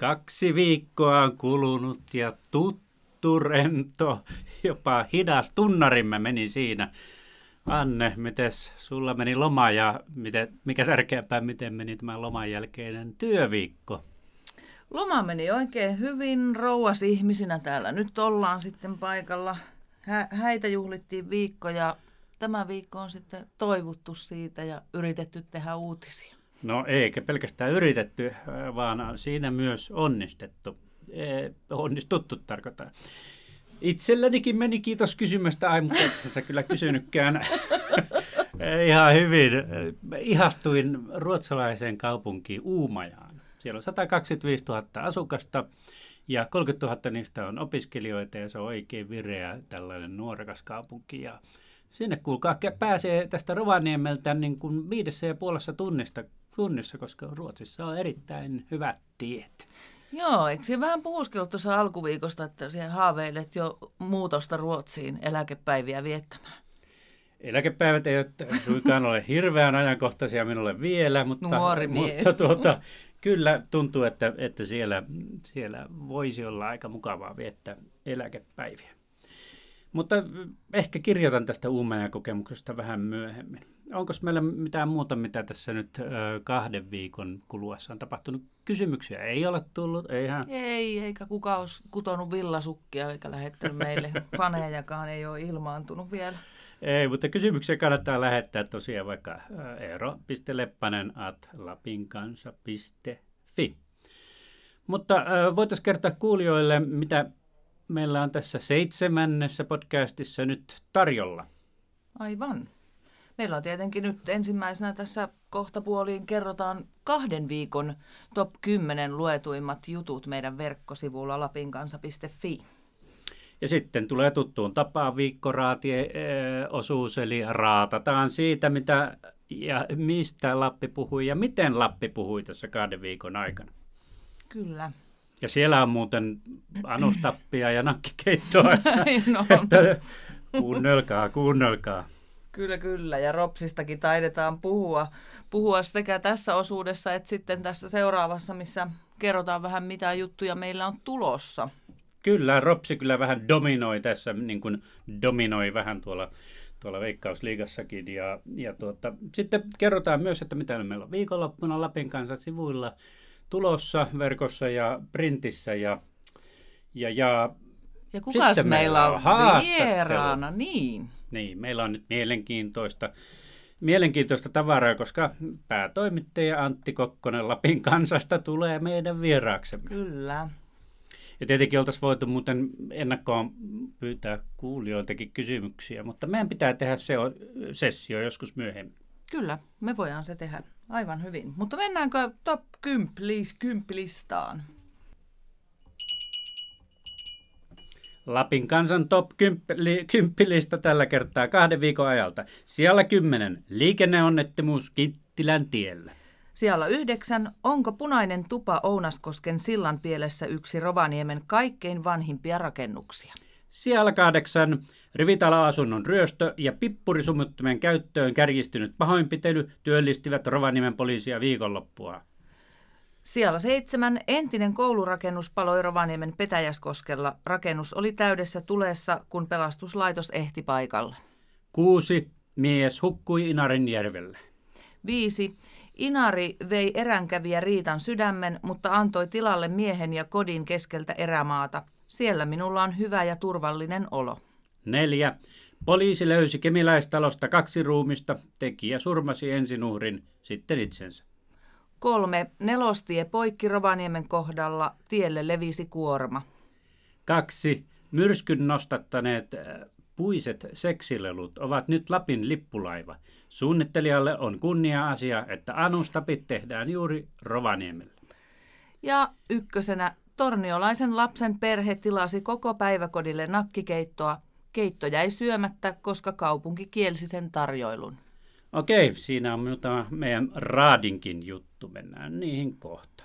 2 viikkoa on kulunut ja tuttu, rento, jopa hidas tunnarimme meni siinä. Anne, mites sulla meni loma ja mikä tärkeämpää, miten meni tämä loman jälkeinen työviikko? Loma meni oikein hyvin. Rouas ihmisinä täällä nyt ollaan sitten paikalla. Häitä juhlittiin viikko ja tämä viikko on sitten toivottu siitä ja yritetty tehdä uutisia. No eikä pelkästään yritetty, vaan siinä myös onnistettu. Onnistuttu tarkoittaa. Itsellänikin meni, kiitos kysymästä, mutta et sä kyllä kysynytkään. Ihan hyvin. Ihastuin ruotsalaiseen kaupunkiin Uumajaan. Siellä on 125 000 asukasta ja 30 000 niistä on opiskelijoita ja se on oikein vireä tällainen nuorekas kaupunki. Ja sinne kuulkaa pääsee tästä Rovaniemeltä niin kuin 5,5 tunnissa, koska Ruotsissa on erittäin hyvät tiet. Joo, eikö siinä vähän puhuskellut tuossa alkuviikosta, että siellä haaveilet jo muutosta Ruotsiin eläkepäiviä viettämään? Eläkepäivät ei suinkaan ole hirveän ajankohtaisia minulle vielä, mutta kyllä tuntuu, että siellä voisi olla aika mukavaa viettää eläkepäiviä. Mutta ehkä kirjoitan tästä Uumajan kokemuksesta vähän myöhemmin. Onko meillä mitään muuta, mitä tässä nyt 2 viikon kuluessa on tapahtunut? Kysymyksiä ei ole tullut, eihän? Ei, eikä kukaan ole kutonut villasukkia eikä lähettänyt meille. Fanejakaan ei ole ilmaantunut vielä. Ei, mutta kysymyksiä kannattaa lähettää tosiaan vaikka eero.leppanen@lapinkansa.fi. Mutta voitaisiin kertoa kuulijoille, mitä meillä on tässä 7. podcastissa nyt tarjolla. Aivan. Meillä on tietenkin nyt ensimmäisenä tässä kohtapuoliin kerrotaan 2 viikon top 10 luetuimmat jutut meidän verkkosivulla lapinkansa.fi. Ja sitten tulee tuttuun tapaan viikkoraatiosuus, eli raatataan siitä, mitä ja mistä Lappi puhui ja miten Lappi puhui tässä 2 viikon aikana. Kyllä. Ja siellä on muuten anustappia ja nakkikeittoa, että kuunnelkaa. Kyllä. Ja Ropsistakin taidetaan puhua sekä tässä osuudessa että sitten tässä seuraavassa, missä kerrotaan vähän mitä juttuja meillä on tulossa. Kyllä, Ropsi kyllä vähän dominoi tässä, niin kuin dominoi vähän tuolla Veikkausliigassakin. Sitten kerrotaan myös, että mitä meillä on viikonloppuna Lapin Kansan sivuilla tulossa verkossa ja printissä ja kukas meillä on vieraana, niin, meillä on nyt mielenkiintoista tavaraa, koska päätoimittaja Antti Kokkonen Lapin Kansasta tulee meidän vieraaksemme. Kyllä. Ja tietenkin oltaisiin voitu muuten ennakkoon pyytää kuulijoiltakin kysymyksiä, mutta meidän pitää tehdä se sessio joskus myöhemmin. Kyllä, me voidaan se tehdä aivan hyvin. Mutta mennäänkö top 10 listaan? Lapin Kansan top 10 lista tällä kertaa 2 viikon ajalta. Siellä 10. Liikenneonnettomuus Kittilän tiellä. Siellä 9. Onko punainen tupa Ounaskosken sillanpielessä yksi Rovaniemen kaikkein vanhimpia rakennuksia? Siellä 8. Rivitaloasunnon ryöstö ja pippurisumuttimen käyttöön kärjistynyt pahoinpitely työllistivät Rovaniemen poliisia viikonloppua. Siellä 7. Entinen koulurakennus paloi Rovaniemen Petäjäskoskella. Rakennus oli täydessä tulessa, kun pelastuslaitos ehti paikalle. 6. Mies hukkui Inarinjärvelle. 5. Inari vei eränkävijä Riitan sydämen, mutta antoi tilalle miehen ja kodin keskeltä erämaata. Siellä minulla on hyvä ja turvallinen olo. 4. Poliisi löysi Kemiläistalosta 2 ruumista. Tekijä surmasi ensin uhrin, sitten itsensä. 3. Nelostie poikki Rovaniemen kohdalla. Tielle levisi kuorma. 2. Myrskyn nostattaneet puiset seksilelut ovat nyt Lapin lippulaiva. Suunnittelijalle on kunnia-asia, että anustapit tehdään juuri Rovaniemelle. Ja 1. Torniolaisen lapsen perhe tilasi koko päiväkodille nakkikeittoa. Keitto jäi syömättä, koska kaupunki kielsi sen tarjoilun. Okei, siinä on meidän raadinkin juttu. Mennään niihin kohta.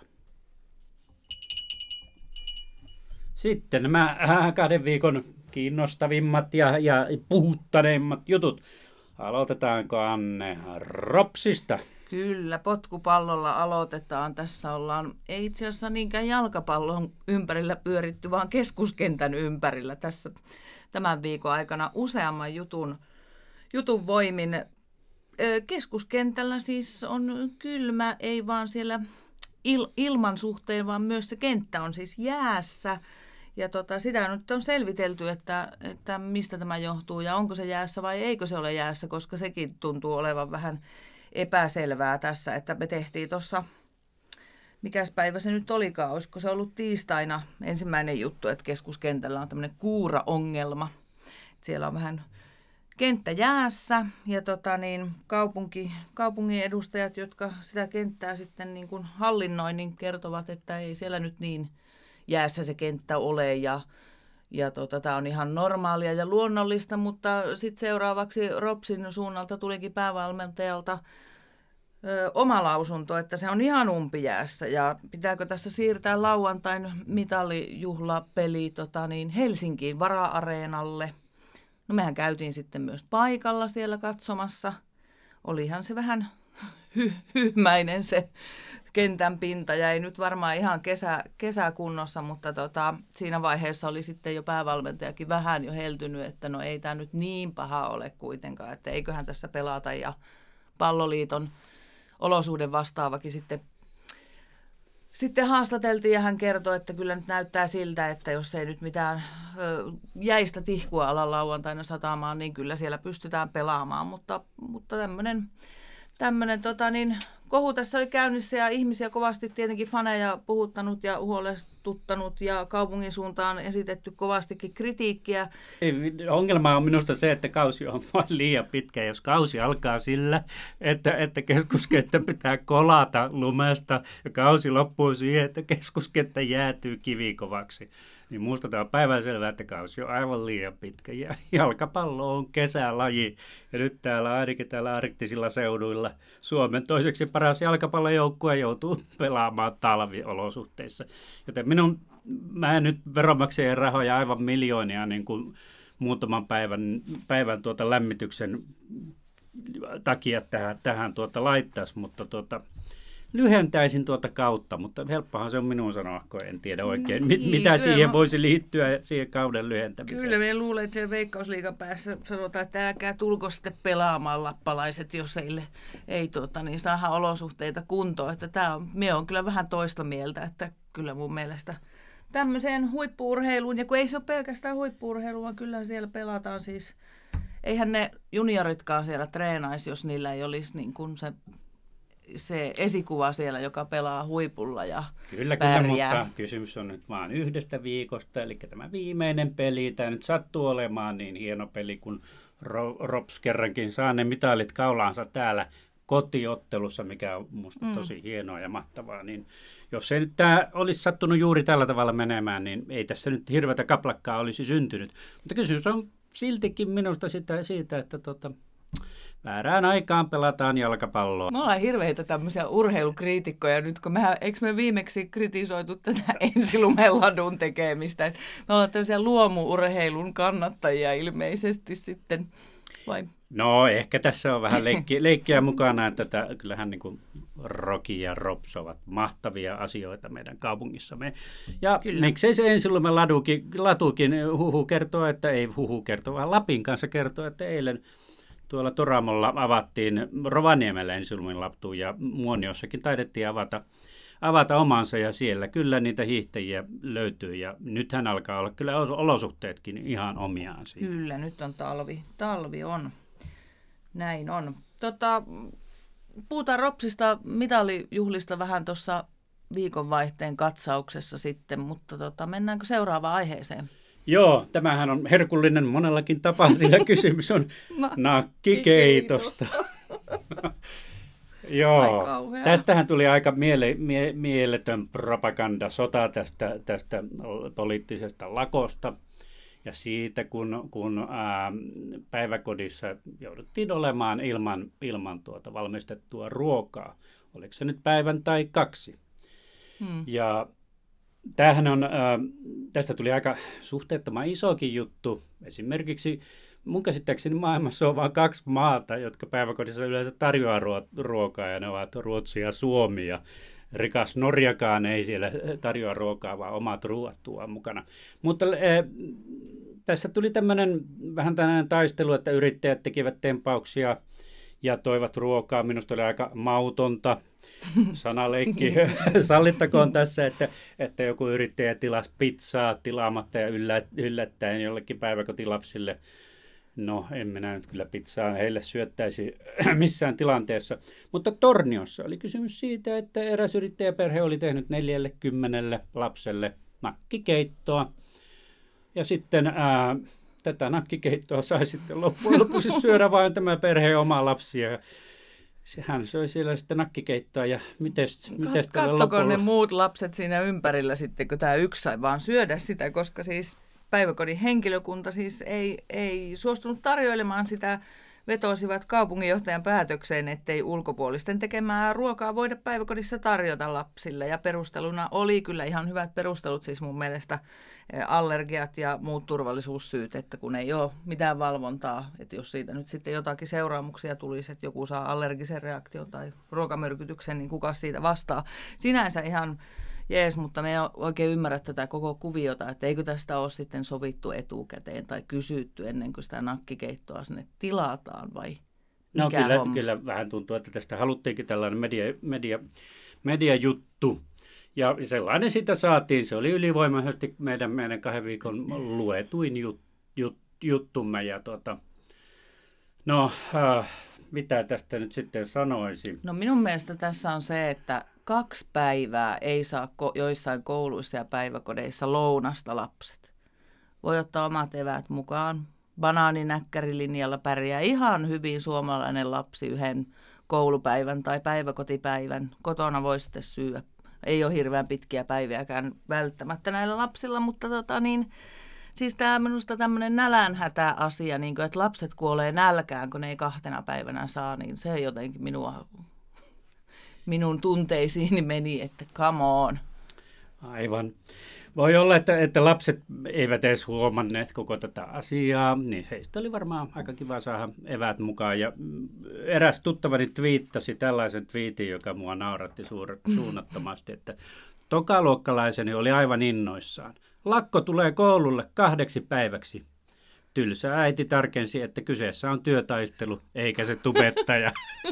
Sitten nämä 2 viikon kiinnostavimmat ja puhuttaneimmat jutut. Aloitetaanko Anne Ropsista? Kyllä, potkupallolla aloitetaan. Tässä ei itse asiassa niinkään jalkapallon ympärillä pyöritty, vaan keskuskentän ympärillä tässä tämän viikon aikana useamman jutun voimin. Keskuskentällä siis on kylmä, ei vaan siellä ilman suhteen, vaan myös se kenttä on siis jäässä. Ja sitä nyt on selvitelty, että mistä tämä johtuu ja onko se jäässä vai eikö se ole jäässä, koska sekin tuntuu olevan vähän epäselvää tässä, että me tehtiin tuossa, mikäs päivä se nyt olikaan, olisiko se ollut tiistaina ensimmäinen juttu, että keskuskentällä on tämmöinen kuuraongelma. Siellä on vähän kenttä jäässä ja kaupungin edustajat, jotka sitä kenttää sitten niin kuin hallinnoi, niin kertovat, että ei siellä nyt niin jäässä se kenttä ole ja tämä on ihan normaalia ja luonnollista, mutta sitten seuraavaksi Ropsin suunnalta tulikin päävalmentajalta oma lausunto, että se on ihan umpijäässä ja pitääkö tässä siirtää lauantain mitallijuhlapeli Helsinkiin vara-areenalle. No mehän käytiin sitten myös paikalla siellä katsomassa. Olihan se vähän hyhmäinen se kentän pinta ja ei nyt varmaan ihan kesäkunnossa, mutta siinä vaiheessa oli sitten jo päävalmentajakin vähän jo heltynyt, että no ei tämä nyt niin paha ole kuitenkaan, että eiköhän tässä pelata ja Palloliiton olosuhden vastaavakin sitten haastateltiin ja hän kertoi, että kyllä nyt näyttää siltä, että jos ei nyt mitään jäistä tihkua ala lauantaina satamaan, niin kyllä siellä pystytään pelaamaan, mutta tämmöinen kohu tässä oli käynnissä ja ihmisiä kovasti tietenkin faneja puhuttanut ja huolestuttanut ja kaupungin suuntaan esitetty kovastikin kritiikkiä. Ongelma on minusta se, että kausi on liian pitkä. Jos kausi alkaa sillä, että keskuskenttä pitää kolata lumesta ja kausi loppuu siihen, että keskuskenttä jäätyy kivikovaksi, niin minusta tämä on päivänselvää, että kausi on aivan liian pitkä. Ja jalkapallo on kesälaji. Ja nyt ainakin täällä arktisilla seuduilla Suomen toiseksi paras jalkapallojoukkue joutuu pelaamaan talviolosuhteissa. Joten mä en nyt veronmaksajien rahoja aivan miljoonia niin kuin muutaman päivän lämmityksen takia tähän laittaisi, mutta lyhentäisin kautta, mutta helppohan se on minun sanoa, kun en tiedä oikein, mitä siihen voisi liittyä siihen kauden lyhentämiseen. Kyllä, minä luulen, että siellä Veikkausliigan päässä sanotaan, että älkää tulko sitten pelaamaan lappalaiset, jos ei niin saada olosuhteita kuntoon. Että minä olen kyllä vähän toista mieltä, että kyllä mun mielestä tämmöiseen huippu-urheiluun, ja kun ei se ole pelkästään huippu-urheilu, vaan kyllä siellä pelataan siis, eihän ne junioritkaan siellä treenaisi, jos niillä ei olisi niin kuin se esikuva siellä, joka pelaa huipulla ja Kyllä, pärjää. Mutta kysymys on nyt vaan yhdestä viikosta, eli tämä viimeinen peli, tämä nyt sattuu olemaan niin hieno peli, kun Rops kerrankin saa ne mitalit kaulaansa täällä kotiottelussa, mikä on musta tosi hienoa ja mahtavaa, niin jos ei nyt tämä olisi sattunut juuri tällä tavalla menemään, niin ei tässä nyt hirveätä kaplakkaa olisi syntynyt. Mutta kysymys on siltikin minusta siitä, että väärään aikaan pelataan jalkapalloa. Me ollaan hirveitä tämmöisiä urheilukriitikkoja nyt, kun eikö me viimeksi kritisoitu tätä ensilumen ladun tekemistä? Me ollaan tämmöisiä luomu-urheilun kannattajia ilmeisesti sitten, vai? No ehkä tässä on vähän leikkiä mukana, että kyllähän niin kuin Roki ja Rops ovat mahtavia asioita meidän kaupungissamme. Ja miksei se ensilumen latukin huhu kertoo, vaan Lapin kanssa kertoo, että eilen tuolla Toramolla avattiin Rovaniemellä ensilumen latu ja Muoniossakin taidettiin avata omansa ja siellä kyllä niitä hiihtäjiä löytyy ja nythän alkaa olla kyllä olosuhteetkin ihan omiaan siihen. Kyllä, nyt on talvi on. Näin on. Puhutaan Ropsista mitalijuhlista vähän tuossa viikonvaihteen katsauksessa sitten, mutta mennäänkö seuraavaan aiheeseen? Joo, tämähän on herkullinen monellakin tapaa, sillä kysymys on nakkikeitosta. Joo, tästähän tuli aika mieletön propagandasota tästä poliittisesta lakosta. Ja siitä, kun päiväkodissa jouduttiin olemaan ilman valmistettua ruokaa. Oliko se nyt päivän tai 2? Ja tästä tuli aika suhteettoman isokin juttu. Esimerkiksi mun käsittääkseni maailmassa on vain 2 maata, jotka päiväkodissa yleensä tarjoaa ruokaa, ja ne ovat Ruotsi ja Suomi. Ja rikas Norjakaan ei siellä tarjoa ruokaa, vaan omat ruuat tuo mukana. Mutta tässä tuli vähän tämmöinen taistelu, että yrittäjät tekivät tempauksia ja toivat ruokaa. Minusta oli aika mautonta sanaleikki. Sallittakoon tässä, että joku yrittäjä tilasi pizzaa tilaamatta ja yllättäen jollekin päiväkotilapsille. No, en minä nyt kyllä pizzaa heille syöttäisi missään tilanteessa. Mutta Torniossa oli kysymys siitä, että eräs yrittäjäperhe oli tehnyt 40 lapselle nakkikeittoa. Ja sitten tätä nakkikeittoa sai sitten loppujen lopuksi syödä vain tämä perheen oma lapsi. Ja hän söi siellä sitten nakkikeittoa. Ja mites Kattoko ne muut lapset siinä ympärillä sitten, kun tämä yksi sai vaan syödä sitä, koska siis päiväkodin henkilökunta siis ei suostunut tarjoilemaan sitä, vetosivat kaupunginjohtajan päätökseen, ettei ulkopuolisten tekemää ruokaa voida päiväkodissa tarjota lapsille. Ja perusteluna oli kyllä ihan hyvät perustelut, siis mun mielestä allergiat ja muut turvallisuussyyt, että kun ei ole mitään valvontaa, että jos siitä nyt sitten jotakin seuraamuksia tulisi, että joku saa allergisen reaktion tai ruokamyrkytyksen, niin kuka siitä vastaa. Sinänsä ihan jees, mutta me ei oikein ymmärrä tätä koko kuviota, että eikö tästä ole sitten sovittu etukäteen tai kysytty ennen kuin sitä nakkikeittoa sinne tilataan vai mikä No kyllä vähän tuntuu, että tästä haluttiinkin tällainen mediajuttu. Ja sellainen sitä saatiin. Se oli ylivoimaisesti meidän 2 viikon luetuin juttumme. Ja mitä tästä nyt sitten sanoisin? No minun mielestä tässä on se, että 2 päivää ei saa joissain kouluissa ja päiväkodeissa lounasta lapset. Voi ottaa omat eväät mukaan. Banaaninäkkärilinjalla pärjää ihan hyvin suomalainen lapsi yhden koulupäivän tai päiväkotipäivän. Kotona voi sitten syödä. Ei ole hirveän pitkiä päiviäkään välttämättä näillä lapsilla, mutta siis tämä minusta tämmöinen nälänhätä-asia, niin kuin, että lapset kuolee nälkään, kun ne ei 2 päivänä saa, niin se jotenkin minun tunteisiini meni, että come on. Aivan. Voi olla, että lapset eivät edes huomanneet koko tätä asiaa, niin heistä oli varmaan aika kiva saada eväät mukaan. Ja eräs tuttavani twiittasi tällaisen twiitin, joka mua nauratti suunnattomasti, että tokaluokkalaiseni oli aivan innoissaan. Lakko tulee koululle 2 päiväksi. Tylsä äiti tarkensi, että kyseessä on työtaistelu, eikä se tubettaja.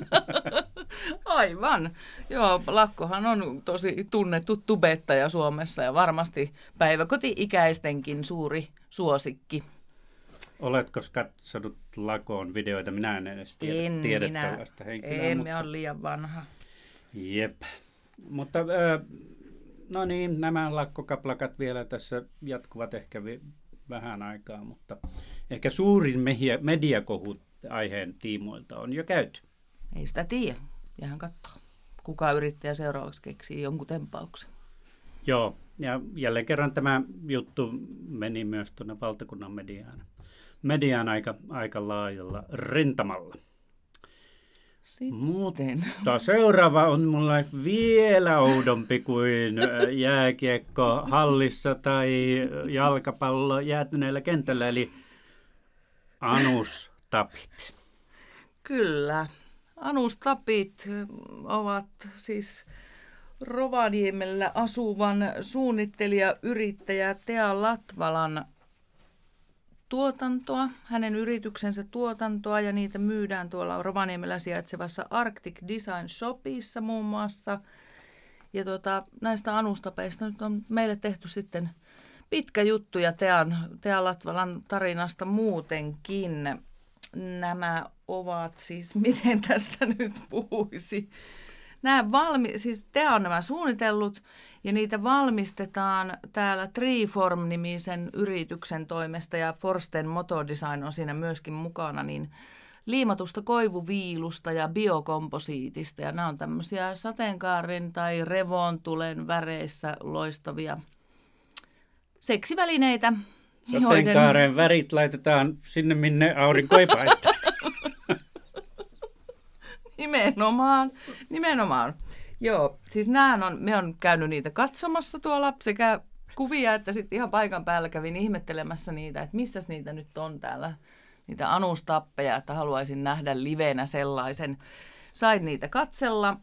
Aivan. Joo, lakkohan on tosi tunnettu tubettaja Suomessa ja varmasti päiväkoti-ikäistenkin suuri suosikki. Oletko katsonut lakon videoita? Minä en edes tiedä tällaista henkilöä. Emme ole liian vanha. Jep. Mutta no niin, nämä lakkokaplakat vielä tässä jatkuvat ehkä vähän aikaa, mutta ehkä suurin mediakohu aiheen tiimoilta on jo käyty. Ei sitä tiedä. Jäähän katsoo. Kuka yrittäjä seuraavaksi keksii jonkun tempauksen. Joo, ja jälleen kerran tämä juttu meni myös tuonne valtakunnan mediaan aika laajalla rintamalla. Sitten. Mutta seuraava on mulla vielä oudompi kuin jääkiekko hallissa tai jalkapallo jäätyneellä kentällä, eli anustapit. Kyllä. Anustapit ovat siis Rovaniemellä asuvan suunnittelija-yrittäjä Tea Latvalan tuotantoa, hänen yrityksensä tuotantoa, ja niitä myydään tuolla Rovaniemellä sijaitsevassa Arctic Design Shopissa muun muassa. Ja näistä anustapeista nyt on meille tehty sitten pitkä juttu ja Tea Latvalan tarinasta muutenkin. Nämä ovat siis, miten tästä nyt puhuisi? Siis Tea on nämä suunnitellut ja niitä valmistetaan täällä Treeform-nimisen yrityksen toimesta ja Forsten Motodesign on siinä myöskin mukana, niin liimatusta koivuviilusta ja biokomposiitista. Ja nämä on tämmöisiä sateenkaaren tai revontulen väreissä loistavia seksivälineitä. Sateenkaaren värit laitetaan sinne, minne aurinko ei paista. Nimenomaan. Joo, siis me on käynyt niitä katsomassa tuolla sekä kuvia, että sitten ihan paikan päällä kävin ihmettelemässä niitä, että missäs niitä nyt on täällä niitä anustappeja, että haluaisin nähdä livenä sellaisen. Sain niitä katsella.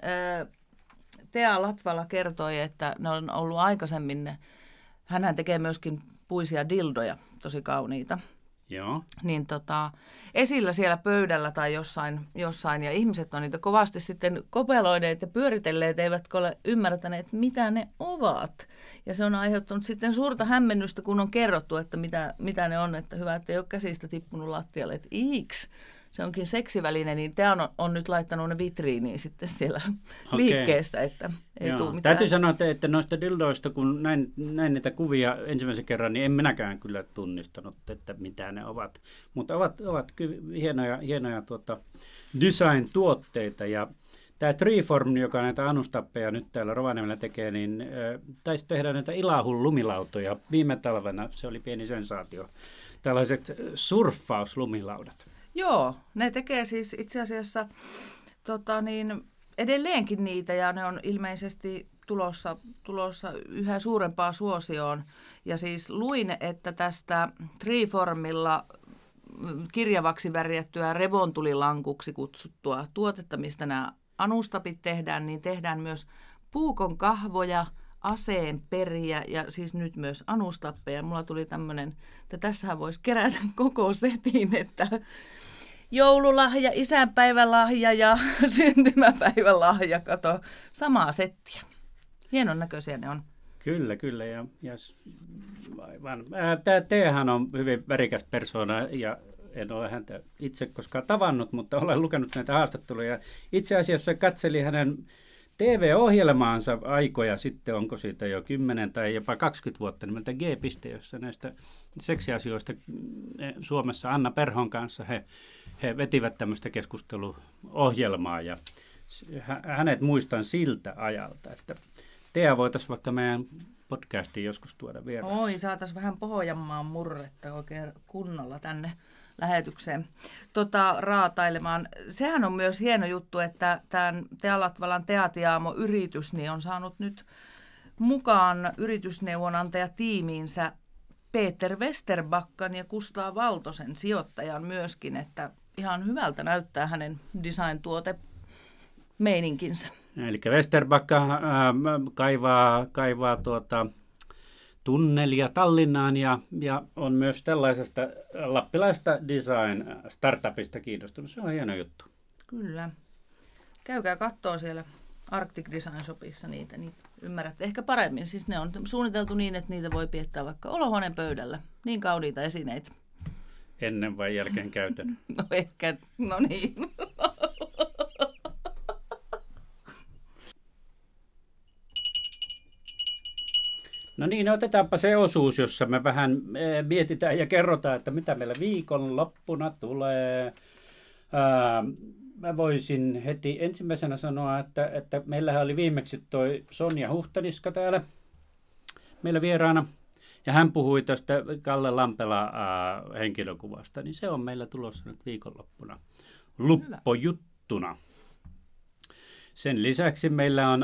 Tea Latvala kertoi, että ne on ollut aikaisemmin, hänhän tekee myöskin puisia dildoja, tosi kauniita. Joo. Niin esillä siellä pöydällä tai jossain, ja ihmiset on niitä kovasti sitten kopeloineet ja pyöritelleet, eivätkä ole ymmärtäneet, mitä ne ovat. Ja se on aiheuttanut sitten suurta hämmennystä, kun on kerrottu, että mitä ne on, että hyvä, että ei ole käsistä tippunut lattialle, että iiks, se onkin seksiväline, niin tämä on nyt laittanut ne vitriiniin sitten siellä liikkeessä, että ei tule mitään. Täytyy sanoa, että noista dildoista, kun näin niitä kuvia ensimmäisen kerran, niin en minäkään kyllä tunnistanut, että mitä ne ovat. Mutta ovat hienoja design-tuotteita. Ja tämä Treeform, joka näitä anustappeja nyt täällä Rovaniemellä tekee, niin taisi tehdä näitä Ilahun lumilautoja. Viime talvena se oli pieni sensaatio. Tällaiset surffauslumilaudat. Joo, ne tekee siis itse asiassa edelleenkin niitä, ja ne on ilmeisesti tulossa yhä suurempaan suosioon. Ja siis luin, että tästä Treeformilla kirjavaksi värjättyä revontulilankuksi kutsuttua tuotetta, mistä nämä anustapit tehdään, niin tehdään myös puukon kahvoja, aseenperiä ja siis nyt myös anustappeja. Mulla tuli tämmöinen, että tässähän voisi kerätä koko setin, että joululahja, isänpäivälahja ja syntymäpäivälahja, kato, samaa settiä. Hienon näköisiä ne on. Kyllä. Ja tämä Teehän on hyvin värikäs persoona ja en ole häntä itse koskaan tavannut, mutta olen lukenut näitä haastatteluja. Itse asiassa katselin hänen TV-ohjelmaansa aikoja sitten, onko siitä jo 10 tai jopa 20 vuotta, nimeltä G-piste, jossa näistä seksiasioista Suomessa Anna Perhon kanssa he vetivät tämmöistä keskusteluohjelmaa ja hänet muistan siltä ajalta, että Tea voitaisiin vaikka meidän podcastiin joskus tuoda vieraaksi. Oi, saataisiin vähän Pohjanmaan murretta oikein kunnolla tänne lähetykseen raatailemaan. Sehän on myös hieno juttu, että tämän Tea Latvalan Teatiaamo-yritys niin on saanut nyt mukaan yritysneuvonantajatiimiinsä Peter Westerbackan ja Kustaa Valtosen sijoittajan myöskin, että ihan hyvältä näyttää hänen design-tuote-meininkinsä. Eli Westerbacka kaivaa tunnelia Tallinnaan ja on myös tällaisesta lappilaista design-startupista kiinnostunut. Se on hieno juttu. Kyllä. Käykää kattoo siellä Arctic Design Shopissa niitä, niin ymmärrätte ehkä paremmin. Siis ne on suunniteltu niin, että niitä voi piettää vaikka olohuoneen pöydällä. Niin kauniita esineitä. Ennen vai jälkeen käytön? No ehkä, no niin. No niin, otetaanpa se osuus, jossa me vähän mietitään ja kerrotaan, että mitä meillä viikonloppuna tulee. Mä voisin heti ensimmäisenä sanoa, että meillähän oli viimeksi toi Sonja Huhtaniska täällä meillä vieraana. Ja hän puhui tästä Kalle Lampela henkilökuvasta, niin se on meillä tulossa nyt viikonloppuna luppojuttuna. Sen lisäksi meillä on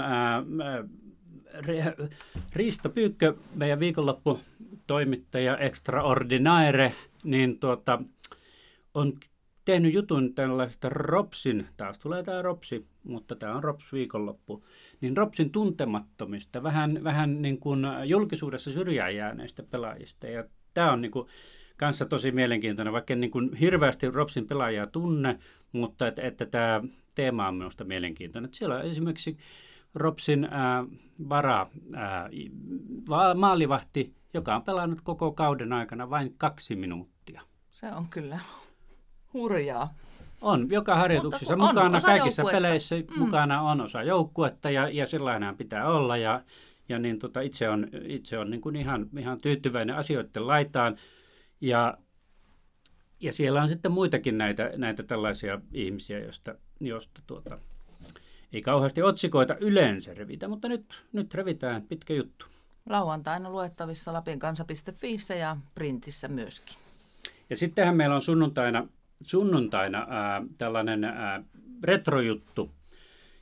Risto Pyykkö, meidän viikonlopputoimittaja extraordinaire, niin on tehnyt jutun tällaista Ropsin, taas tulee tämä Ropsi, mutta tämä on Rops viikonloppu, niin Ropsin tuntemattomista, vähän niin kuin julkisuudessa syrjään jääneistä pelaajista. Ja tämä on niin kuin kanssa tosi mielenkiintoinen, vaikka en niin kuin hirveästi Ropsin pelaajia tunne, mutta että tämä teema on minusta mielenkiintoinen. Että siellä on esimerkiksi Ropsin maalivahti, joka on pelannut koko kauden aikana vain 2 minuuttia. Se on kyllä hurjaa. On, joka harjoituksessa mukana, kaikissa peleissä mukana on osa joukkuetta ja sellainen pitää olla. Ja niin itse on niin kuin ihan tyytyväinen asioiden laitaan. Ja siellä on sitten muitakin näitä tällaisia ihmisiä, josta ei kauheasti otsikoita yleensä revitä, mutta nyt revitään pitkä juttu. Lauantaina luettavissa lapinkansa.fiissä ja printissä myöskin. Ja sittenhän meillä on sunnuntaina tällainen retrojuttu,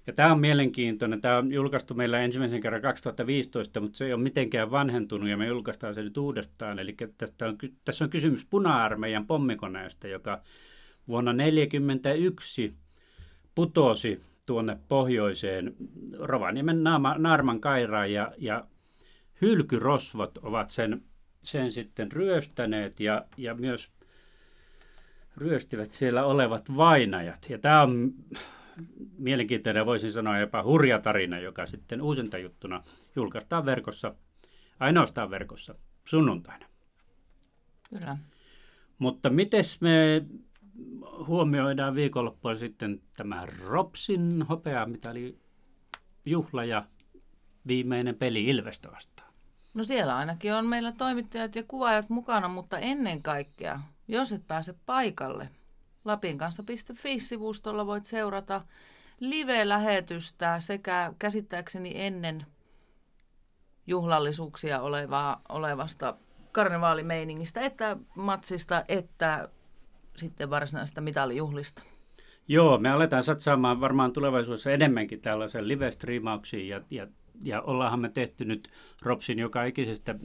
Ja tämä on mielenkiintoinen. Tämä on julkaistu meillä ensimmäisen kerran 2015, mutta se ei ole mitenkään vanhentunut ja me julkaistaan se nyt uudestaan. Eli tässä on kysymys Puna-armeijan pommikoneesta, joka vuonna 1941 putosi tuonne pohjoiseen Rovaniemen Naarman kairaan ja hylkyrosvot ovat sen sitten ryöstäneet ja myös ryöstivät siellä olevat vainajat. Ja tämä on mielenkiintoinen, voisin sanoa jopa hurja tarina, joka sitten uusintajuttuna julkaistaan verkossa, ainoastaan verkossa, sunnuntaina. Kyllä. Mutta mites me huomioidaan viikonloppuna sitten tämä Ropsin hopeamitali juhla ja viimeinen peli Ilvestä vastaan? No siellä ainakin on meillä toimittajat ja kuvaajat mukana, mutta ennen kaikkea, jos et pääse paikalle, lapinkanssa.fi-sivustolla voit seurata live-lähetystä sekä käsittääkseni ennen juhlallisuuksia olevasta karnevaalimeiningistä, että matsista, että sitten varsinaisesta mitalijuhlista. Joo, me aletaan satsaamaan varmaan tulevaisuudessa enemmänkin tällaisen live-striimauksiin ja ollaanhan me tehty nyt Ropsin joka ikisestä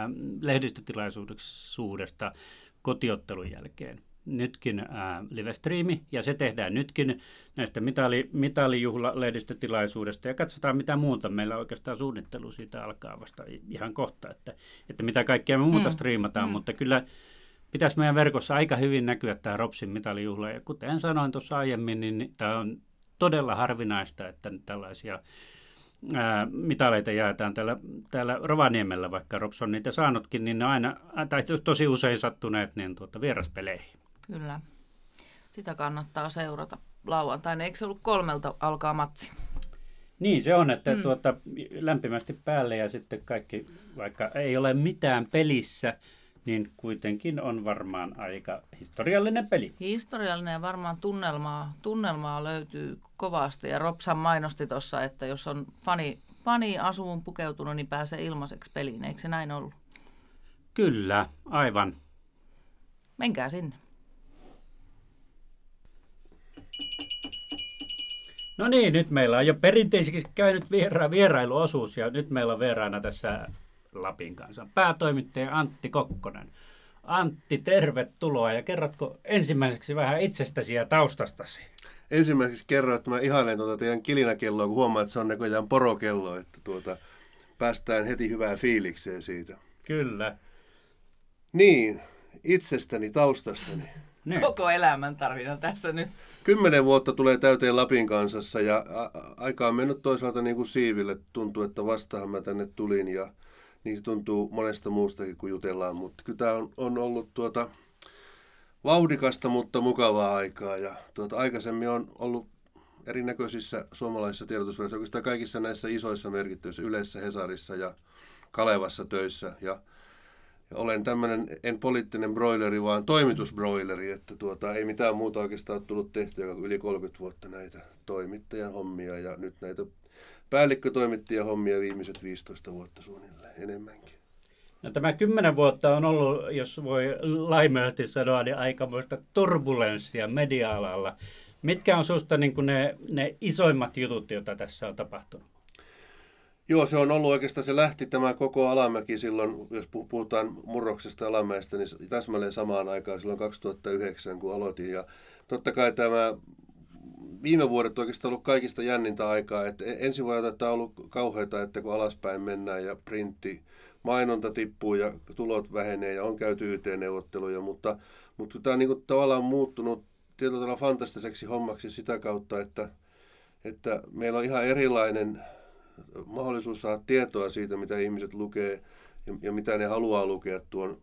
lehdistötilaisuudesta kotiottelun jälkeen. Nytkin live-striimi, ja se tehdään nytkin näistä mitalijuhla-lehdistötilaisuudesta, ja katsotaan mitä muuta. Meillä oikeastaan suunnittelu siitä alkaa vasta ihan kohta, että mitä kaikkea me muuta striimataan, mutta kyllä pitäisi meidän verkossa aika hyvin näkyä tämä Ropsin mitalijuhla, ja kuten sanoin tuossa aiemmin, niin tämä on todella harvinaista, että tällaisia mitaleita jaetaan täällä Rovaniemellä, vaikka Rops on niitä saanutkin, niin ne aina, tai tosi usein sattuneet niin vieraspeleihin. Kyllä. Sitä kannattaa seurata lauantaina. Eikö se ollut 3 alkaa matsi? Niin se on, että lämpimästi päälle ja sitten kaikki, vaikka ei ole mitään pelissä, niin kuitenkin on varmaan aika historiallinen peli. Historiallinen ja varmaan tunnelmaa löytyy kovasti. Ja Ropsan mainosti tuossa, että jos on fani asuun pukeutunut, niin pääsee ilmaiseksi peliin. Eikö se näin ollut? Kyllä, aivan. Menkää sinne. No niin, nyt meillä on jo perinteisesti käynyt vierailuosuus ja nyt meillä on vieraana tässä Lapin Kansan päätoimittaja Antti Kokkonen. Antti, tervetuloa ja kerrotko ensimmäiseksi vähän itsestäsi ja taustastasi? Ensimmäiseksi kerron, että mä ihailen teidän kilinäkelloa, kun huomaan, että se on näköjään porokello, että päästään heti hyvään fiilikseen siitä. Kyllä. Niin, itsestäni, taustastani. Ne. Koko elämän tarvina tässä nyt. 10 vuotta tulee täyteen Lapin Kansassa ja aika on mennyt toisaalta niin kuin siiville. Tuntuu, että vastahan mä tänne tulin ja niin se tuntuu monesta muustakin, kun jutellaan. Mutta kyllä tämä on ollut vauhdikasta, mutta mukavaa aikaa. Ja aikaisemmin on ollut erinäköisissä suomalaisissa tiedotusvälineissä, oikeastaan kaikissa näissä isoissa merkittyissä, Ylessä, Hesarissa ja Kalevassa töissä. Ja olen tämmöinen, en poliittinen broileri, vaan toimitusbroileri, että ei mitään muuta oikeastaan ole tullut tehtyä yli 30 vuotta näitä toimittajan hommia ja nyt näitä päällikkötoimittajan hommia viimeiset 15 vuotta suunnilleen, enemmänkin. No, tämä 10 vuotta on ollut, jos voi laimeasti sanoa, niin aikamoista turbulenssia media-alalla. Mitkä on sinusta niin kuin ne isoimmat jutut, joita tässä on tapahtunut? Joo, se on ollut oikeastaan, se lähti tämä koko alamäki silloin, jos puhutaan murroksesta alamäestä, niin täsmälleen samaan aikaan silloin 2009, kun aloitin. Ja totta kai tämä viime vuodet on oikeastaan ollut kaikista jännintä aikaa. Että ensi vuodelta on ollut kauheata, että kun alaspäin mennään ja printti, mainonta tippuu ja tulot vähenee ja on käyty YT-neuvotteluja, mutta tämä on niin kuin tavallaan muuttunut tietyllä tavalla fantastiseksi hommaksi sitä kautta, että meillä on ihan erilainen mahdollisuus saada tietoa siitä, mitä ihmiset lukee ja mitä ne haluaa lukea tuon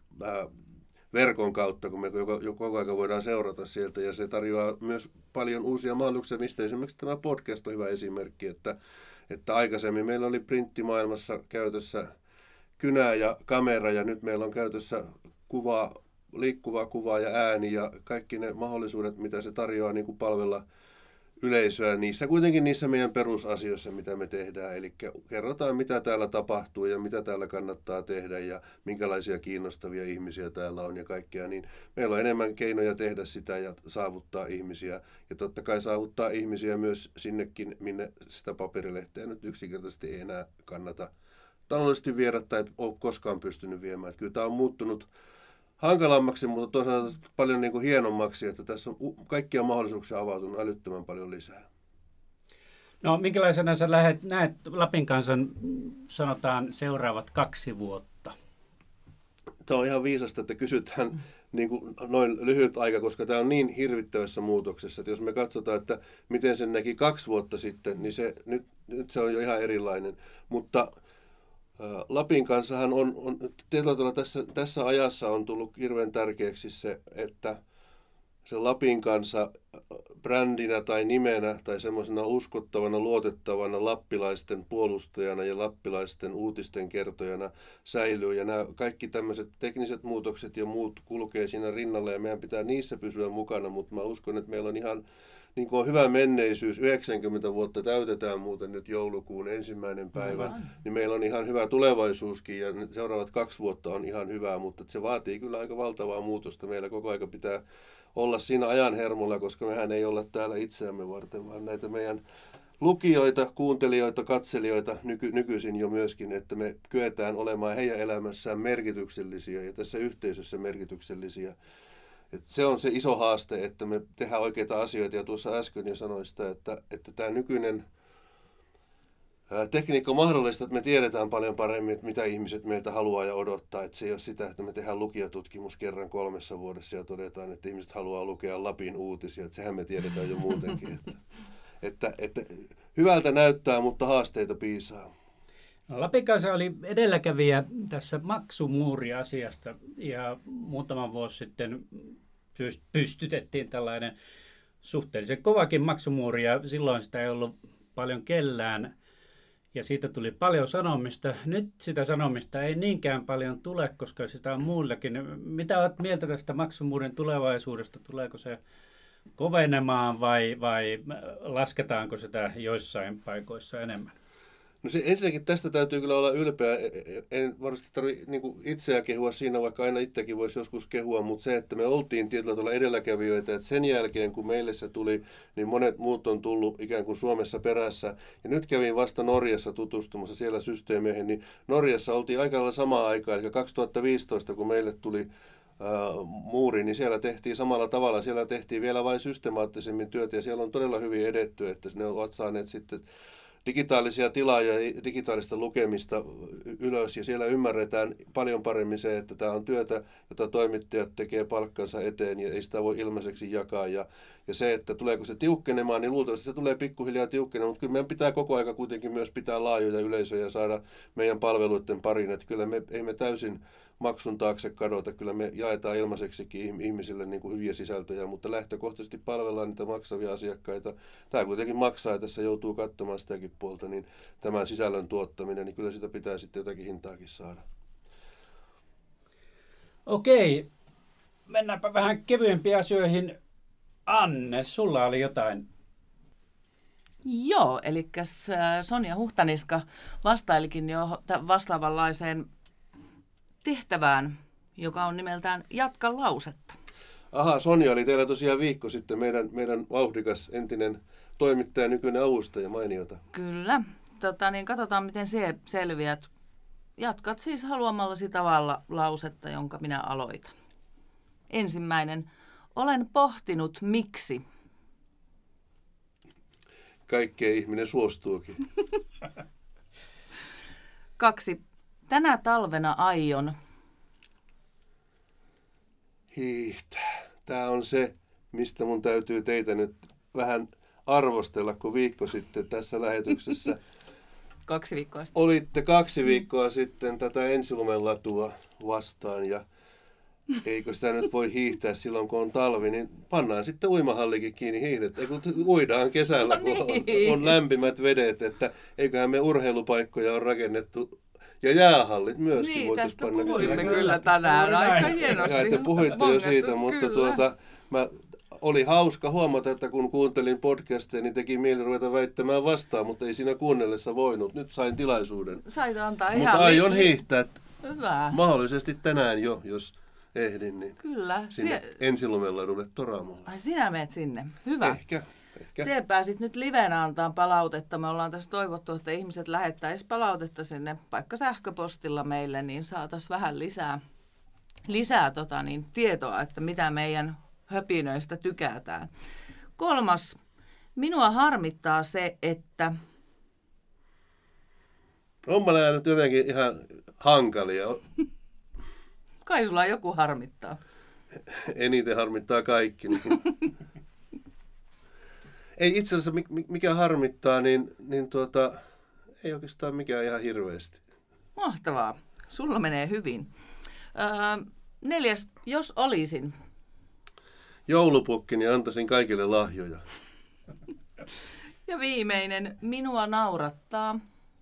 verkon kautta, kun me koko ajan voidaan seurata sieltä. Ja se tarjoaa myös paljon uusia mahdollisuuksia, mistä esimerkiksi tämä podcast on hyvä esimerkki, että aikaisemmin meillä oli printtimaailmassa käytössä kynä ja kamera ja nyt meillä on käytössä liikkuvaa kuvaa ja ääni ja kaikki ne mahdollisuudet, mitä se tarjoaa niin kuin palvella yleisöä kuitenkin niissä meidän perusasioissa, mitä me tehdään. Eli kerrotaan, mitä täällä tapahtuu ja mitä täällä kannattaa tehdä ja minkälaisia kiinnostavia ihmisiä täällä on ja kaikkea. Niin meillä on enemmän keinoja tehdä sitä ja saavuttaa ihmisiä. Ja totta kai saavuttaa ihmisiä myös sinnekin, minne sitä paperilehteä nyt yksinkertaisesti ei enää kannata taloudellisesti viedä tai ole koskaan pystynyt viemään. Että kyllä tämä on muuttunut hankalammaksi, mutta toisaalta paljon niin kuin hienommaksi, että tässä on kaikkia mahdollisuuksia avautunut älyttömän paljon lisää. No, minkälaisena sä näet Lapin kansan, sanotaan, seuraavat 2 vuotta? Tämä on ihan viisasta, että kysytään niin kuin noin lyhyt aika, koska tämä on niin hirvittävässä muutoksessa, että jos me katsotaan, että miten sen näki 2 vuotta sitten, niin nyt se on jo ihan erilainen, mutta Lapin kanssahan on tietyllä tavalla tässä ajassa on tullut hirveän tärkeäksi se, että se Lapin kansa brändinä tai nimenä tai semmoisena uskottavana, luotettavana lappilaisten puolustajana ja lappilaisten uutisten kertojana säilyy. Ja nämä kaikki tämmöiset tekniset muutokset ja muut kulkee siinä rinnalla ja meidän pitää niissä pysyä mukana, mutta mä uskon, että meillä on ihan niin kuin on hyvä menneisyys, 90 vuotta täytetään muuten nyt joulukuun 1. päivä, niin meillä on ihan hyvä tulevaisuuskin ja seuraavat 2 vuotta on ihan hyvää, mutta se vaatii kyllä aika valtavaa muutosta. Meillä koko aika pitää olla siinä ajan hermolla, koska mehän ei olla täällä itseämme varten, vaan näitä meidän lukijoita, kuuntelijoita, katselijoita nykyisin jo myöskin, että me kyetään olemaan heidän elämässään merkityksellisiä ja tässä yhteisössä merkityksellisiä. Et se on se iso haaste, että me tehdään oikeita asioita. Ja tuossa äsken jo sanoin sitä, että tämä nykyinen tekniikka mahdollistaa, että me tiedetään paljon paremmin, että mitä ihmiset meiltä haluaa ja odottaa. Että se ei ole sitä, että me tehdään lukijatutkimus kerran 3 vuodessa ja todetaan, että ihmiset haluaa lukea Lapin uutisia. Että sehän me tiedetään jo muutenkin. Että hyvältä näyttää, mutta haasteita piisaa. No, Lapin kansa oli edelläkävijä tässä maksumuuri-asiasta ja muutama vuosi sitten pystytettiin tällainen suhteellisen kovakin maksumuuri ja silloin sitä ei ollut paljon kellään ja siitä tuli paljon sanomista. Nyt sitä sanomista ei niinkään paljon tule, koska sitä on muillakin. Mitä olet mieltä tästä maksumuurin tulevaisuudesta? Tuleeko se kovenemaan vai lasketaanko sitä joissain paikoissa enemmän? No se, ensinnäkin tästä täytyy kyllä olla ylpeä. En varmasti tarvitse niin itseä kehua siinä, vaikka aina itsekin voisi joskus kehua, mutta se, että me oltiin tietyllä tavalla edelläkävijöitä, että sen jälkeen kun meille se tuli, niin monet muut on tullut ikään kuin Suomessa perässä. Ja nyt kävin vasta Norjassa tutustumassa siellä systeemeihin, niin Norjassa oltiin aika lailla samaan aikaan, eli 2015 kun meille tuli muuri, niin siellä tehtiin samalla tavalla. Siellä tehtiin vielä vain systemaattisemmin työtä ja siellä on todella hyvin edetty, että ne ovat saaneet sitten digitaalisia tilaajia ja digitaalista lukemista ylös ja siellä ymmärretään paljon paremmin se, että tämä on työtä, jota toimittajat tekee palkkansa eteen ja ei sitä voi ilmaiseksi jakaa. Ja se, että tuleeko se tiukkenemaan, niin luultavasti se tulee pikkuhiljaa tiukkenemaan, mutta kyllä meidän pitää koko aika kuitenkin myös pitää laajoja yleisöjä ja saada meidän palveluiden pariin. Että kyllä ei me täysin maksun taakse kadota, kyllä me jaetaan ilmaiseksikin ihmisille niin kuin hyviä sisältöjä, mutta lähtökohtaisesti palvellaan niitä maksavia asiakkaita. Tämä kuitenkin maksaa ja tässä joutuu katsomaan sitäkin puolta, niin tämän sisällön tuottaminen, niin kyllä sitä pitää sitten jotakin hintaakin saada. Okei, mennäänpä vähän kevyempiin asioihin. Anne, sulla oli jotain. Joo, eli Sonja Huhtaniska vastailikin jo vastaavanlaiseen tehtävään, joka on nimeltään Jatka lausetta. Aha, Sonja oli teillä tosiaan viikko sitten meidän vauhdikas entinen toimittaja, nykyinen avustaja, mainiota. Kyllä. Niin katsotaan, miten selviät. Jatkat siis haluamallasi tavalla lausetta, jonka minä aloitan. Ensimmäinen. Olen pohtinut, miksi. Kaikkea ihminen suostuukin. 2. Tänä talvena aion hiihtää. Tämä on se, mistä mun täytyy teitä nyt vähän arvostella, kun viikko sitten tässä lähetyksessä 2 viikkoa sitten. Olitte 2 viikkoa sitten tätä ensilumenlatua vastaan ja eikö sitä nyt voi hiihtää silloin, kun on talvi, niin pannaan sitten uimahallikin kiinni hiihdettä. Uidaan kesällä, kun on lämpimät vedet, että eiköhän me urheilupaikkoja on rakennettu ja jäähallit myöskin. Niin, tästä puhuimme kyllä tänään aika hienosti. Ja te puhuitte jo siitä, mutta mä oli hauska huomata, että kun kuuntelin podcasteja, niin teki mieli ruveta väittämään vastaan, mutta ei siinä kuunnellessa voinut. Nyt sain tilaisuuden. Sait antaa mutta ihan... Mutta aion hiihtää Hyvä. mahdollisesti tänään jo, jos ehdin, niin Kyllä. sinne Ensilumeladulle Toramolle. Ai sinä menet sinne. Hyvä. Ehkä. Siellä pääsit nyt livenä antaa palautetta. Me ollaan tässä toivottu, että ihmiset lähettäisi palautetta sinne vaikka sähköpostilla meille, niin saataisiin vähän lisää tietoa, että mitä meidän höpinöistä tykätään. 3. Minua harmittaa se, että... On mä nähnyt jotenkin ihan hankalia. Kai sulla joku harmittaa. Eniten harmittaa kaikki. Niin. Ei itse asiassa mikä harmittaa, niin ei oikeastaan mikään ihan hirveästi. Mahtavaa. Sulla menee hyvin. 4. Jos olisin. Joulupukkini antaisin kaikille lahjoja. Ja viimeinen. Minua naurattaa.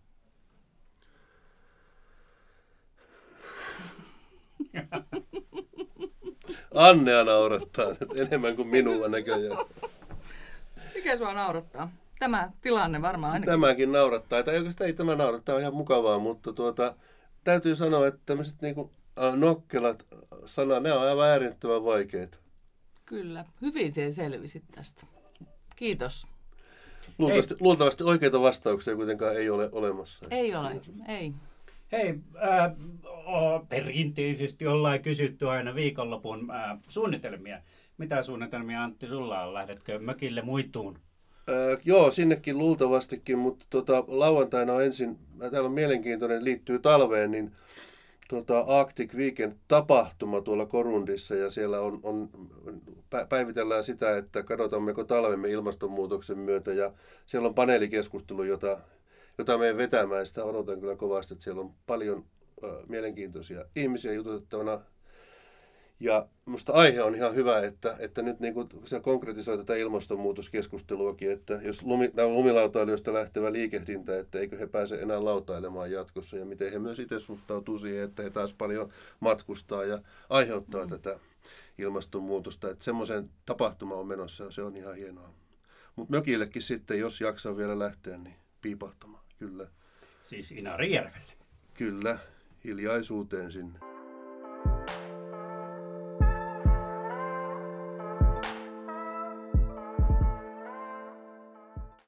Annea naurattaa nyt enemmän kuin minua näköjään. Mikä sua naurattaa? Tämä tilanne varmaan ainakin. Tämäkin naurattaa. Tai oikeastaan ei tämä naurattaa, on ihan mukavaa, mutta täytyy sanoa, että tämmöiset niinku nokkelat sanat, ne on aivan äärettömän vaikeita. Kyllä. Hyvin siellä selvisit tästä. Kiitos. Luultavasti oikeita vastauksia kuitenkaan ei ole olemassa. Ei ole, ei. Hei, perinteisesti ollaan kysytty aina viikonlopun suunnitelmia. Mitä suunnitelmia, Antti, sulla on? Lähdetkö mökille muituun? Joo, sinnekin luultavastikin, mutta lauantaina on ensin, täällä on mielenkiintoinen, liittyy talveen, niin Arctic Weekend-tapahtuma tuolla Korundissa, ja siellä päivitellään sitä, että kadotammeko talvemme ilmastonmuutoksen myötä, ja siellä on paneelikeskustelu, jota menen vetämään, sitä odotan kyllä kovasti, että siellä on paljon mielenkiintoisia ihmisiä jututettavana. Ja minusta aihe on ihan hyvä, että nyt niin kuin se konkretisoi tätä ilmastonmuutoskeskusteluakin, että jos lumilautailijoista lähtevä liikehdintä, että eikö he pääse enää lautailemaan jatkossa, ja miten he myös itse suhtautuu siihen, että he taas paljon matkustaa ja aiheuttaa tätä ilmastonmuutosta. Että semmoisen tapahtuma on menossa, ja se on ihan hienoa. Mutta mökillekin sitten, jos jaksaa vielä lähteä, niin piipahtamaan, kyllä. Siis Inarijärvelle. Kyllä, hiljaisuuteen sinne.